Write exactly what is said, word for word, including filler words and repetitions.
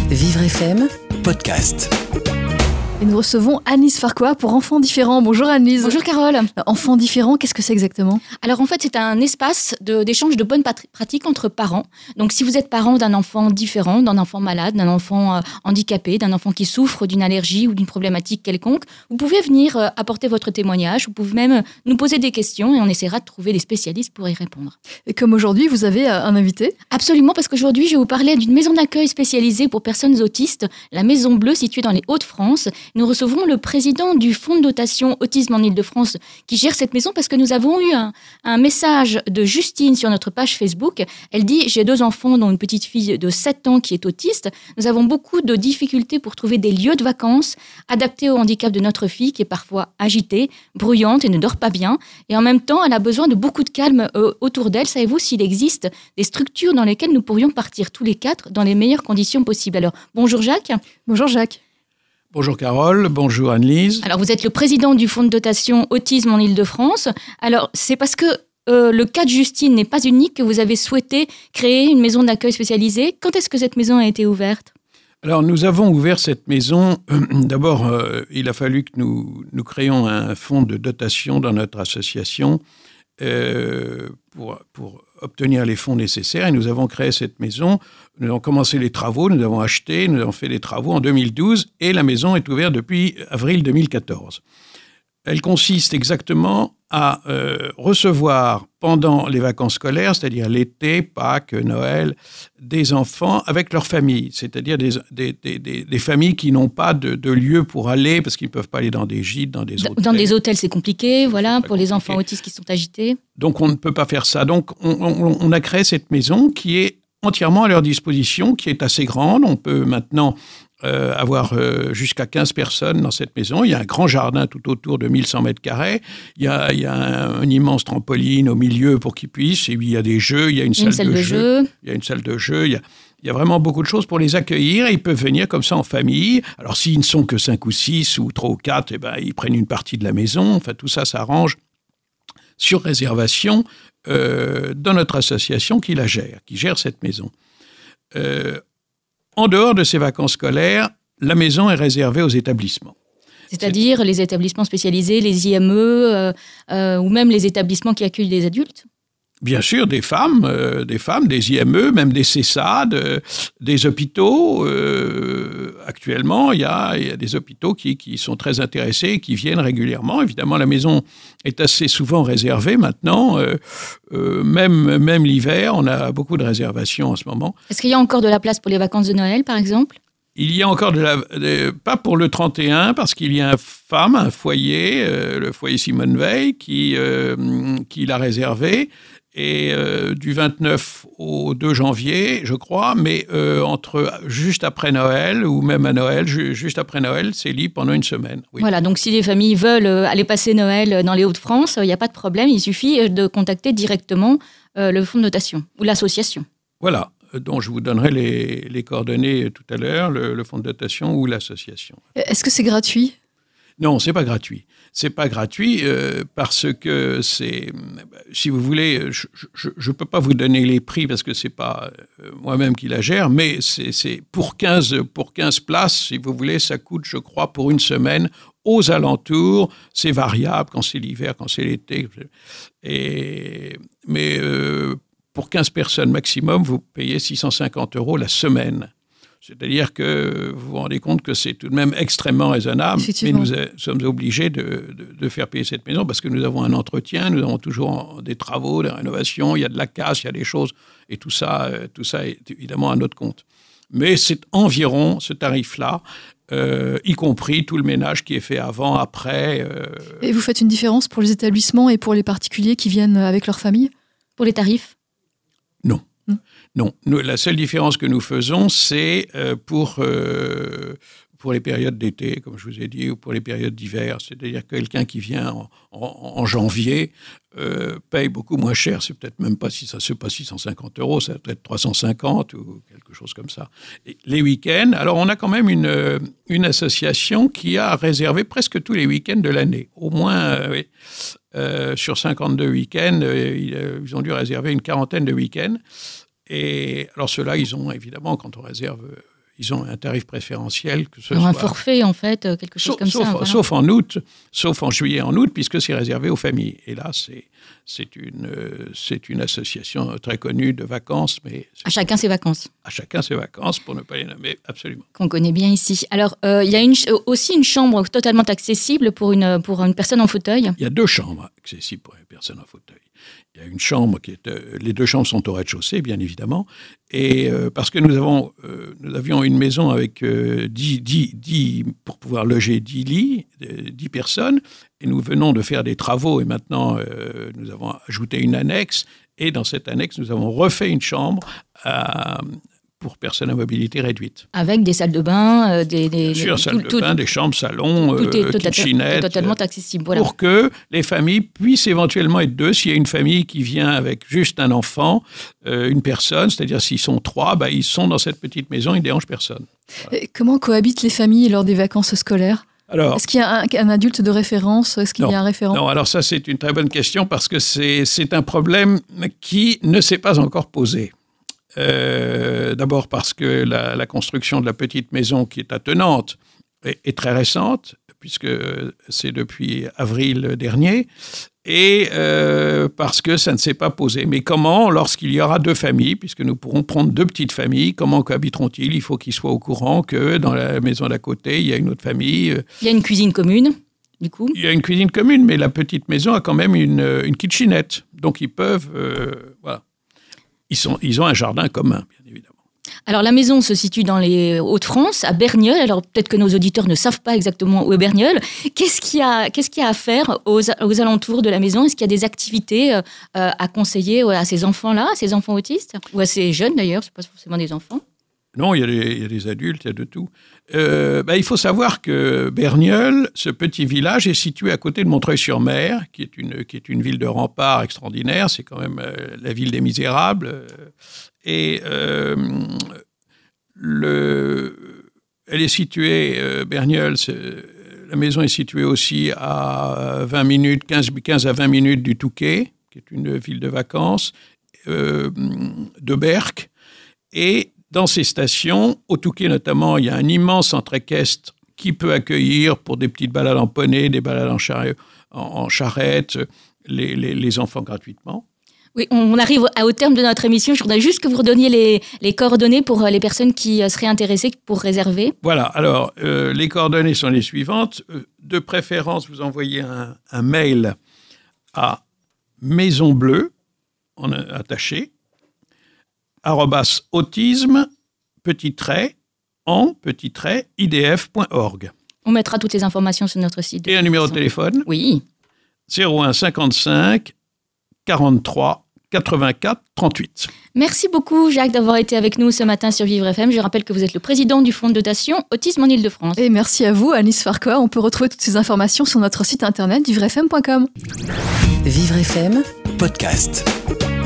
Vivre F M, podcast. Et nous recevons Annelise Farquhar pour Enfants Différents. Bonjour Annelise. Bonjour Carole. Enfants Différents, qu'est-ce que c'est exactement ? Alors en fait, c'est un espace de, d'échange de bonnes pat- pratiques entre parents. Donc si vous êtes parent d'un enfant différent, d'un enfant malade, d'un enfant euh, handicapé, d'un enfant qui souffre d'une allergie ou d'une problématique quelconque, vous pouvez venir euh, apporter votre témoignage. Vous pouvez même nous poser des questions et on essaiera de trouver des spécialistes pour y répondre. Et comme aujourd'hui, vous avez euh, un invité ? Absolument, parce qu'aujourd'hui, je vais vous parler d'une maison d'accueil spécialisée pour personnes autistes, la Maison Bleue, située dans les Hauts-de-France. Nous recevons le président du fonds de dotation Autisme en Île-de-France qui gère cette maison parce que nous avons eu un, un message de Justine sur notre page Facebook. Elle dit « J'ai deux enfants, dont une petite fille de sept ans qui est autiste. Nous avons beaucoup de difficultés pour trouver des lieux de vacances adaptés au handicap de notre fille qui est parfois agitée, bruyante et ne dort pas bien. Et en même temps, elle a besoin de beaucoup de calme euh, autour d'elle. Savez-vous s'il existe des structures dans lesquelles nous pourrions partir tous les quatre dans les meilleures conditions possibles ?» Alors, bonjour Jacques. Bonjour Jacques. Bonjour Carole, bonjour Annelise. Alors vous êtes le président du fonds de dotation Autisme en Île-de-France. Alors c'est parce que euh, le cas de Justine n'est pas unique que vous avez souhaité créer une maison d'accueil spécialisée. Quand est-ce que cette maison a été ouverte ? Alors nous avons ouvert cette maison, euh, d'abord euh, il a fallu que nous, nous créions un fonds de dotation dans notre association euh, pour, pour obtenir les fonds nécessaires et nous avons créé cette maison. Nous avons commencé les travaux, nous avons acheté, nous avons fait les travaux en deux mille douze et la maison est ouverte depuis avril deux mille quatorze. Elle consiste exactement à euh, recevoir pendant les vacances scolaires, c'est-à-dire l'été, Pâques, Noël, des enfants avec leur famille, c'est-à-dire des, des, des, des, des familles qui n'ont pas de, de lieu pour aller parce qu'ils ne peuvent pas aller dans des gîtes, dans des hôtels. Dans des hôtels, c'est compliqué, voilà, c'est pour compliqué. Les enfants autistes qui sont agités. Donc on ne peut pas faire ça. Donc on, on, on a créé cette maison qui est entièrement à leur disposition, qui est assez grande. On peut maintenant euh, avoir euh, jusqu'à quinze personnes dans cette maison. Il y a un grand jardin tout autour de mille cent mètres carrés. Il y a, il y a un, une immense trampoline au milieu pour qu'ils puissent. Et puis il y a des jeux, il y a une, il y a salle, une salle de, de jeu. jeu. Il y a une salle de jeu. Il y a, il y a vraiment beaucoup de choses pour les accueillir. Et ils peuvent venir comme ça en famille. Alors s'ils ne sont que cinq ou six ou trois ou quatre, eh ben, ils prennent une partie de la maison. Enfin, tout ça s'arrange sur réservation euh, dans notre association qui la gère, qui gère cette maison. Euh, en dehors de ces vacances scolaires, la maison est réservée aux établissements. C'est-à-dire les établissements spécialisés, les I M E euh, euh, ou même les établissements qui accueillent des adultes ? Bien sûr, des femmes, euh, des femmes, des I M E, même des CESAD, euh, des hôpitaux. Euh, actuellement, il y a, il y a des hôpitaux qui, qui sont très intéressés, qui viennent régulièrement. Évidemment, la maison est assez souvent réservée maintenant. Euh, euh, même, même l'hiver, on a beaucoup de réservations en ce moment. Est-ce qu'il y a encore de la place pour les vacances de Noël, par exemple ? Il y a encore de la... De, pas pour le trente et un, parce qu'il y a une femme, un foyer, euh, le foyer Simone Veil, qui, euh, qui l'a réservé. Et euh, du vingt-neuf au deux janvier, je crois, mais euh, entre, juste après Noël, ou même à Noël, ju- juste après Noël, c'est libre pendant une semaine. Oui. Voilà, donc si les familles veulent aller passer Noël dans les Hauts-de-France, il n'y a pas de problème, il suffit de contacter directement euh, le fonds de dotation ou l'association. Voilà, dont je vous donnerai les, les coordonnées tout à l'heure, le, le fonds de dotation ou l'association. Est-ce que c'est gratuit ? Non, c'est pas gratuit. C'est pas gratuit euh, parce que c'est, si vous voulez, je ne peux pas vous donner les prix parce que c'est pas euh, moi-même qui la gère, mais c'est, c'est pour quinze, pour quinze places, si vous voulez, ça coûte, je crois, pour une semaine aux alentours. C'est variable quand c'est l'hiver, quand c'est l'été. Et, mais euh, pour quinze personnes maximum, vous payez six cent cinquante euros la semaine. C'est-à-dire que vous vous rendez compte que c'est tout de même extrêmement raisonnable, mais nous a, sommes obligés de, de, de faire payer cette maison parce que nous avons un entretien, nous avons toujours des travaux, des rénovations, il y a de la casse, il y a des choses, et tout ça, tout ça est évidemment à notre compte. Mais c'est environ ce tarif-là, euh, y compris tout le ménage qui est fait avant, après. Euh... Et vous faites une différence pour les établissements et pour les particuliers qui viennent avec leur famille ? Pour les tarifs ? Non. Non, nous, la seule différence que nous faisons, c'est euh, pour, euh, pour les périodes d'été, comme je vous ai dit, ou pour les périodes d'hiver. C'est-à-dire que quelqu'un qui vient en, en, en janvier euh, paye beaucoup moins cher. C'est peut-être même pas, si ça c'est pas six cent cinquante euros, ça peut être trois cent cinquante ou quelque chose comme ça. Et les week-ends, alors on a quand même une, une association qui a réservé presque tous les week-ends de l'année. Au moins, euh, oui. Euh, sur cinquante-deux week-ends, euh, ils ont dû réserver une quarantaine de week-ends. Et alors ceux-là, ils ont évidemment, quand on réserve, ils ont un tarif préférentiel. Que ce Alors soit... un forfait, en fait, quelque chose sauf, comme sauf, ça. Voilà. Sauf en août, sauf en juillet, en août, puisque c'est réservé aux familles. Et là, c'est, c'est, une, c'est une association très connue de vacances. Mais à chacun ses vacances. À chacun ses vacances, pour ne pas les nommer, absolument. Qu'on connaît bien ici. Alors, euh, il y a une, aussi une chambre totalement accessible pour une, pour une personne en fauteuil. Il y a deux chambres accessibles pour une personne en fauteuil. Il y a une chambre qui est... Euh, les deux chambres sont au rez-de-chaussée, bien évidemment. Et euh, parce que nous, avons, euh, nous avions une maison avec euh, dix, dix, dix, pour pouvoir loger dix lits, dix personnes. Et nous venons de faire des travaux et maintenant, euh, nous avons ajouté une annexe. Et dans cette annexe, nous avons refait une chambre à... pour personnes à mobilité réduite. Avec des salles de bain, euh, des, des... Bien sûr, tout, salles de tout, bain, des chambres, salons, tout est euh, total, kitchenettes. Totalement accessible, voilà. Pour que les familles puissent éventuellement être deux. S'il y a une famille qui vient avec juste un enfant, euh, une personne, c'est-à-dire s'ils sont trois, bah, ils sont dans cette petite maison, ils ne dérangent personne. Voilà. Comment cohabitent les familles lors des vacances scolaires ? Alors, est-ce qu'il y a un, un adulte de référence ? Est-ce qu'il non, y a un référent ? Non, alors ça, c'est une très bonne question parce que c'est, c'est un problème qui ne s'est pas encore posé. Euh, d'abord parce que la, la construction de la petite maison qui est attenante est, est très récente, puisque c'est depuis avril dernier, et euh, parce que ça ne s'est pas posé. Mais comment, lorsqu'il y aura deux familles, puisque nous pourrons prendre deux petites familles, comment cohabiteront-ils ? Il faut qu'ils soient au courant que dans la maison d'à côté, il y a une autre famille. Il y a une cuisine commune, du coup ? Il y a une cuisine commune, mais la petite maison a quand même une, une kitchenette. Donc ils peuvent... Euh, voilà. Ils, sont, ils ont un jardin commun, bien évidemment. Alors, la maison se situe dans les Hauts-de-France, à Bernieulles. Alors, peut-être que nos auditeurs ne savent pas exactement où est Bernieulles. Qu'est-ce qu'il y a, qu'est-ce qu'il y a à faire aux, aux alentours de la maison ? Est-ce qu'il y a des activités euh, à conseiller à ces enfants-là, à ces enfants autistes ? Ou à ces jeunes, d'ailleurs, ce n'est pas forcément des enfants. Non, il y a des, il y a des adultes, il y a de tout. Euh, bah, il faut savoir que Bernieulles, ce petit village, est situé à côté de Montreuil-sur-Mer, qui est une, qui est une ville de rempart extraordinaire. C'est quand même euh, la ville des Misérables. Euh, et euh, le, elle est située, euh, Bernieulles, la maison est située aussi à vingt minutes, quinze, quinze à vingt minutes du Touquet, qui est une ville de vacances, euh, de Berck. Et dans ces stations, au Touquet notamment, il y a un immense centre équestre qui peut accueillir pour des petites balades en poney, des balades en, char- en, en charrette, les, les, les enfants gratuitement. Oui, on arrive au terme de notre émission. Je voudrais juste que vous redonniez les, les coordonnées pour les personnes qui seraient intéressées pour réserver. Voilà, alors euh, les coordonnées sont les suivantes. De préférence, vous envoyez un, un mail à Maison Bleue, en attaché, arrobas autisme, petit trait, en petit trait, idf point org. On mettra toutes les informations sur notre site. Et un numéro de téléphone ? Oui. zéro un cinquante-cinq quarante-trois quatre-vingt-quatre trente-huit. Merci beaucoup, Jacques, d'avoir été avec nous ce matin sur Vivre F M. Je rappelle que vous êtes le président du fonds de dotation Autisme en Ile-de-France. Et merci à vous, Alice Farquhar. On peut retrouver toutes ces informations sur notre site internet vivre f m point com. Vivre F M, podcast.